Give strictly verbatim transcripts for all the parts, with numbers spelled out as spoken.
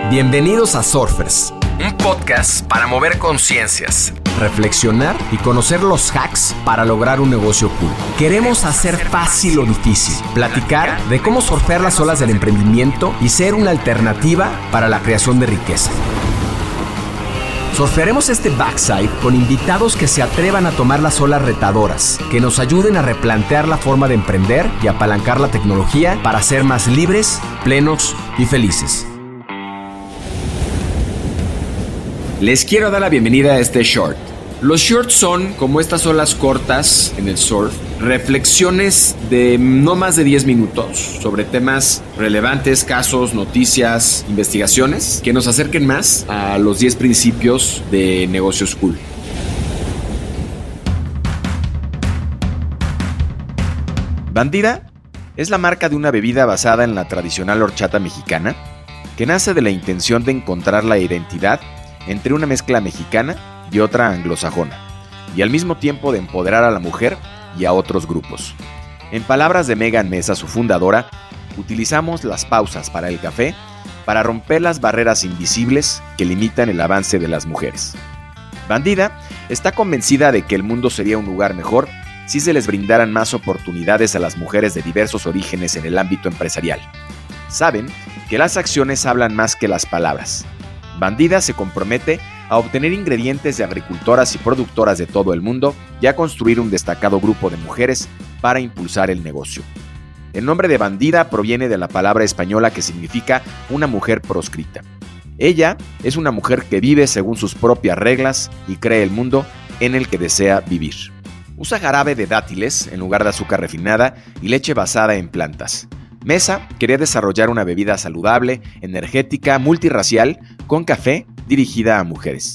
Bienvenidos a Surfers, un podcast para mover conciencias, reflexionar y conocer los hacks para lograr un negocio cool. Queremos hacer fácil lo difícil, platicar de cómo surfear las olas del emprendimiento y ser una alternativa para la creación de riqueza. Surfearemos este backside con invitados que se atrevan a tomar las olas retadoras, que nos ayuden a replantear la forma de emprender y apalancar la tecnología para ser más libres, plenos y felices. Les quiero dar la bienvenida a este short. Los shorts son, como estas olas cortas en el surf, reflexiones de no más de diez minutos sobre temas relevantes, casos, noticias, investigaciones que nos acerquen más a los diez principios de negocios cool. Bandida es la marca de una bebida basada en la tradicional horchata mexicana que nace de la intención de encontrar la identidad entre una mezcla mexicana y otra anglosajona, y al mismo tiempo de empoderar a la mujer y a otros grupos. En palabras de Megan Mesa, su fundadora, utilizamos las pausas para el café para romper las barreras invisibles que limitan el avance de las mujeres. Bandida está convencida de que el mundo sería un lugar mejor si se les brindaran más oportunidades a las mujeres de diversos orígenes en el ámbito empresarial. Saben que las acciones hablan más que las palabras. Bandida se compromete a obtener ingredientes de agricultoras y productoras de todo el mundo y a construir un destacado grupo de mujeres para impulsar el negocio. El nombre de Bandida proviene de la palabra española que significa una mujer proscrita. Ella es una mujer que vive según sus propias reglas y cree el mundo en el que desea vivir. Usa jarabe de dátiles en lugar de azúcar refinada y leche basada en plantas. Mesa quería desarrollar una bebida saludable, energética, multirracial, con café dirigida a mujeres.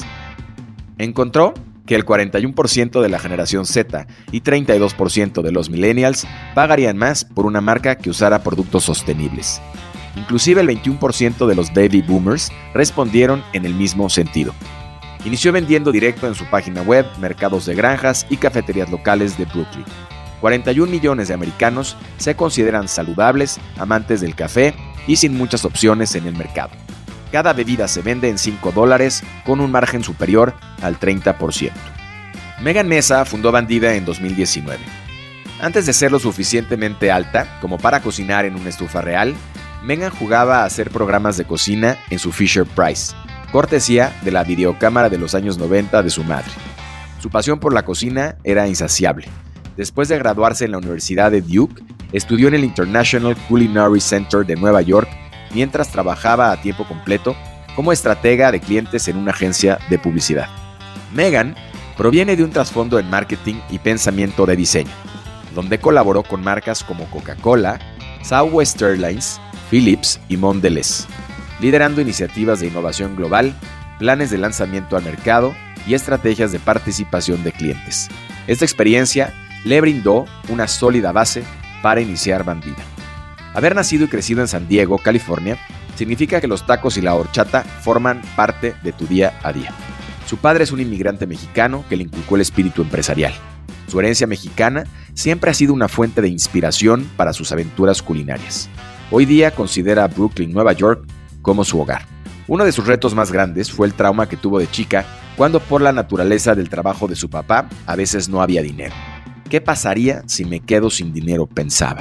Encontró que el cuarenta y uno por ciento de la generación Z y treinta y dos por ciento de los millennials pagarían más por una marca que usara productos sostenibles. Inclusive el veintiuno por ciento de los baby boomers respondieron en el mismo sentido. Inició vendiendo directo en su página web, mercados de granjas y cafeterías locales de Brooklyn. cuarenta y un millones de americanos se consideran saludables, amantes del café y sin muchas opciones en el mercado. Cada bebida se vende en cinco dólares con un margen superior al treinta por ciento. Megan Mesa fundó Bandida en dos mil diecinueve. Antes de ser lo suficientemente alta como para cocinar en una estufa real, Megan jugaba a hacer programas de cocina en su Fisher Price, cortesía de la videocámara de los años noventa de su madre. Su pasión por la cocina era insaciable. Después de graduarse en la Universidad de Duke, estudió en el International Culinary Center de Nueva York mientras trabajaba a tiempo completo como estratega de clientes en una agencia de publicidad. Megan proviene de un trasfondo en marketing y pensamiento de diseño, donde colaboró con marcas como Coca-Cola, Southwest Airlines, Philips y Mondelez, liderando iniciativas de innovación global, planes de lanzamiento al mercado y estrategias de participación de clientes. Esta experiencia le brindó una sólida base para iniciar Bandida. Haber nacido y crecido en San Diego, California, significa que los tacos y la horchata forman parte de tu día a día. Su padre es un inmigrante mexicano que le inculcó el espíritu empresarial. Su herencia mexicana siempre ha sido una fuente de inspiración para sus aventuras culinarias. Hoy día considera a Brooklyn, Nueva York, como su hogar. Uno de sus retos más grandes fue el trauma que tuvo de chica cuando por la naturaleza del trabajo de su papá a veces no había dinero. ¿Qué pasaría si me quedo sin dinero?, pensaba.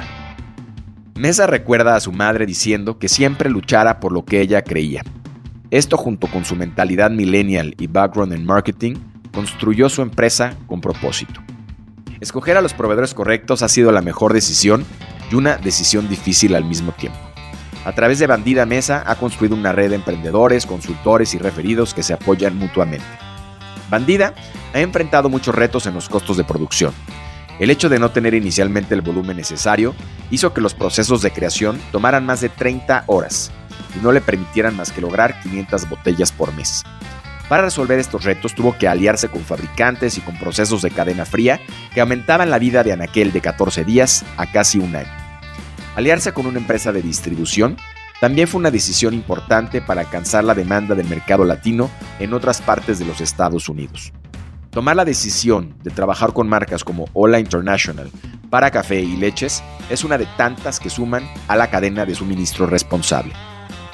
Mesa recuerda a su madre diciendo que siempre luchara por lo que ella creía. Esto, junto con su mentalidad millennial y background en marketing, construyó su empresa con propósito. Escoger a los proveedores correctos ha sido la mejor decisión y una decisión difícil al mismo tiempo. A través de Bandida, Mesa ha construido una red de emprendedores, consultores y referidos que se apoyan mutuamente. Bandida ha enfrentado muchos retos en los costos de producción. El hecho de no tener inicialmente el volumen necesario hizo que los procesos de creación tomaran más de treinta horas y no le permitieran más que lograr quinientas botellas por mes. Para resolver estos retos tuvo que aliarse con fabricantes y con procesos de cadena fría que aumentaban la vida de anaquel de catorce días a casi un año. Aliarse con una empresa de distribución también fue una decisión importante para alcanzar la demanda del mercado latino en otras partes de los Estados Unidos. Tomar la decisión de trabajar con marcas como Hola International para café y leches es una de tantas que suman a la cadena de suministro responsable.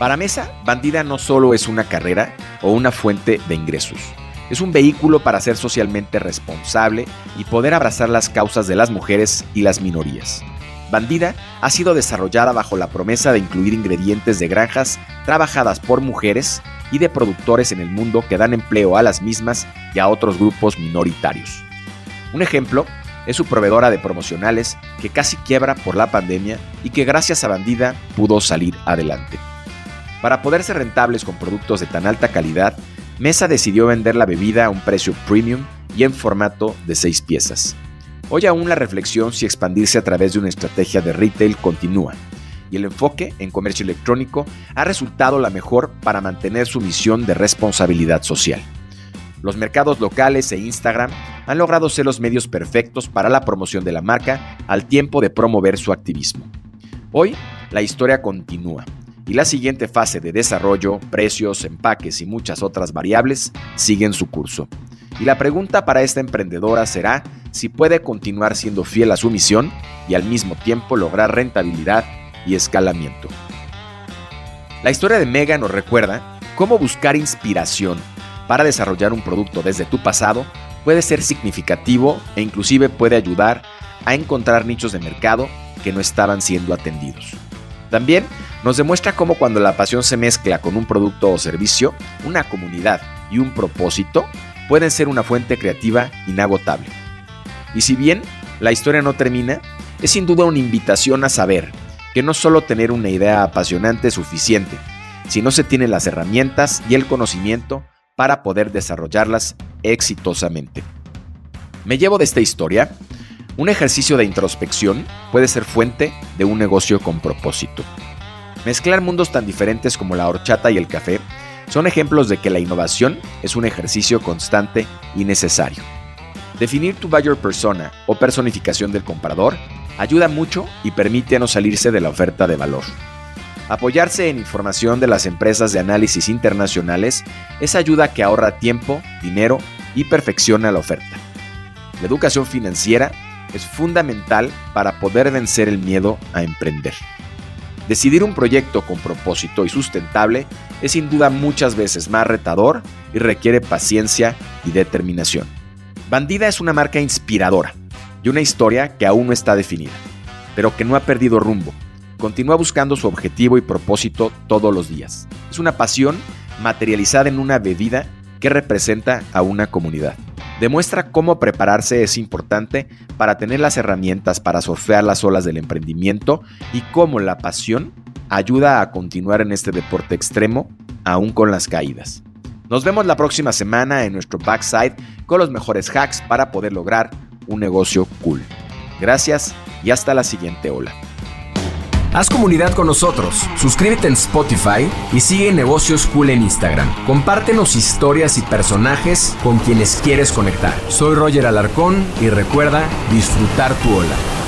Para Mesa, Bandida no solo es una carrera o una fuente de ingresos. Es un vehículo para ser socialmente responsable y poder abrazar las causas de las mujeres y las minorías. Bandida ha sido desarrollada bajo la promesa de incluir ingredientes de granjas trabajadas por mujeres y de productores en el mundo que dan empleo a las mismas y a otros grupos minoritarios. Un ejemplo es su proveedora de promocionales que casi quiebra por la pandemia y que gracias a Bandida pudo salir adelante. Para poder ser rentables con productos de tan alta calidad, Mesa decidió vender la bebida a un precio premium y en formato de seis piezas. Hoy aún la reflexión si expandirse a través de una estrategia de retail continúa, y el enfoque en comercio electrónico ha resultado la mejor para mantener su misión de responsabilidad social. Los mercados locales e Instagram han logrado ser los medios perfectos para la promoción de la marca al tiempo de promover su activismo. Hoy, la historia continúa, y la siguiente fase de desarrollo, precios, empaques y muchas otras variables siguen su curso. Y la pregunta para esta emprendedora será si puede continuar siendo fiel a su misión y al mismo tiempo lograr rentabilidad y escalamiento. La historia de Mega nos recuerda cómo buscar inspiración para desarrollar un producto desde tu pasado puede ser significativo e inclusive puede ayudar a encontrar nichos de mercado que no estaban siendo atendidos. También nos demuestra cómo cuando la pasión se mezcla con un producto o servicio, una comunidad y un propósito, pueden ser una fuente creativa inagotable. Y si bien la historia no termina, es sin duda una invitación a saber que no solo tener una idea apasionante es suficiente, sino se tienen las herramientas y el conocimiento para poder desarrollarlas exitosamente. Me llevo de esta historia, un ejercicio de introspección puede ser fuente de un negocio con propósito. Mezclar mundos tan diferentes como la horchata y el café son ejemplos de que la innovación es un ejercicio constante y necesario. Definir tu buyer persona o personificación del comprador ayuda mucho y permite no salirse de la oferta de valor. Apoyarse en información de las empresas de análisis internacionales es ayuda que ahorra tiempo, dinero y perfecciona la oferta. La educación financiera es fundamental para poder vencer el miedo a emprender. Decidir un proyecto con propósito y sustentable es sin duda muchas veces más retador y requiere paciencia y determinación. Bandida es una marca inspiradora y una historia que aún no está definida, pero que no ha perdido rumbo. Continúa buscando su objetivo y propósito todos los días. Es una pasión materializada en una bebida que representa a una comunidad. Demuestra cómo prepararse es importante para tener las herramientas para surfear las olas del emprendimiento y cómo la pasión ayuda a continuar en este deporte extremo, aún con las caídas. Nos vemos la próxima semana en nuestro Backside con los mejores hacks para poder lograr un negocio cool. Gracias y hasta la siguiente ola. Haz comunidad con nosotros, suscríbete en Spotify y sigue Negocios Cool en Instagram. Compártenos historias y personajes con quienes quieres conectar. Soy Roger Alarcón y recuerda disfrutar tu ola.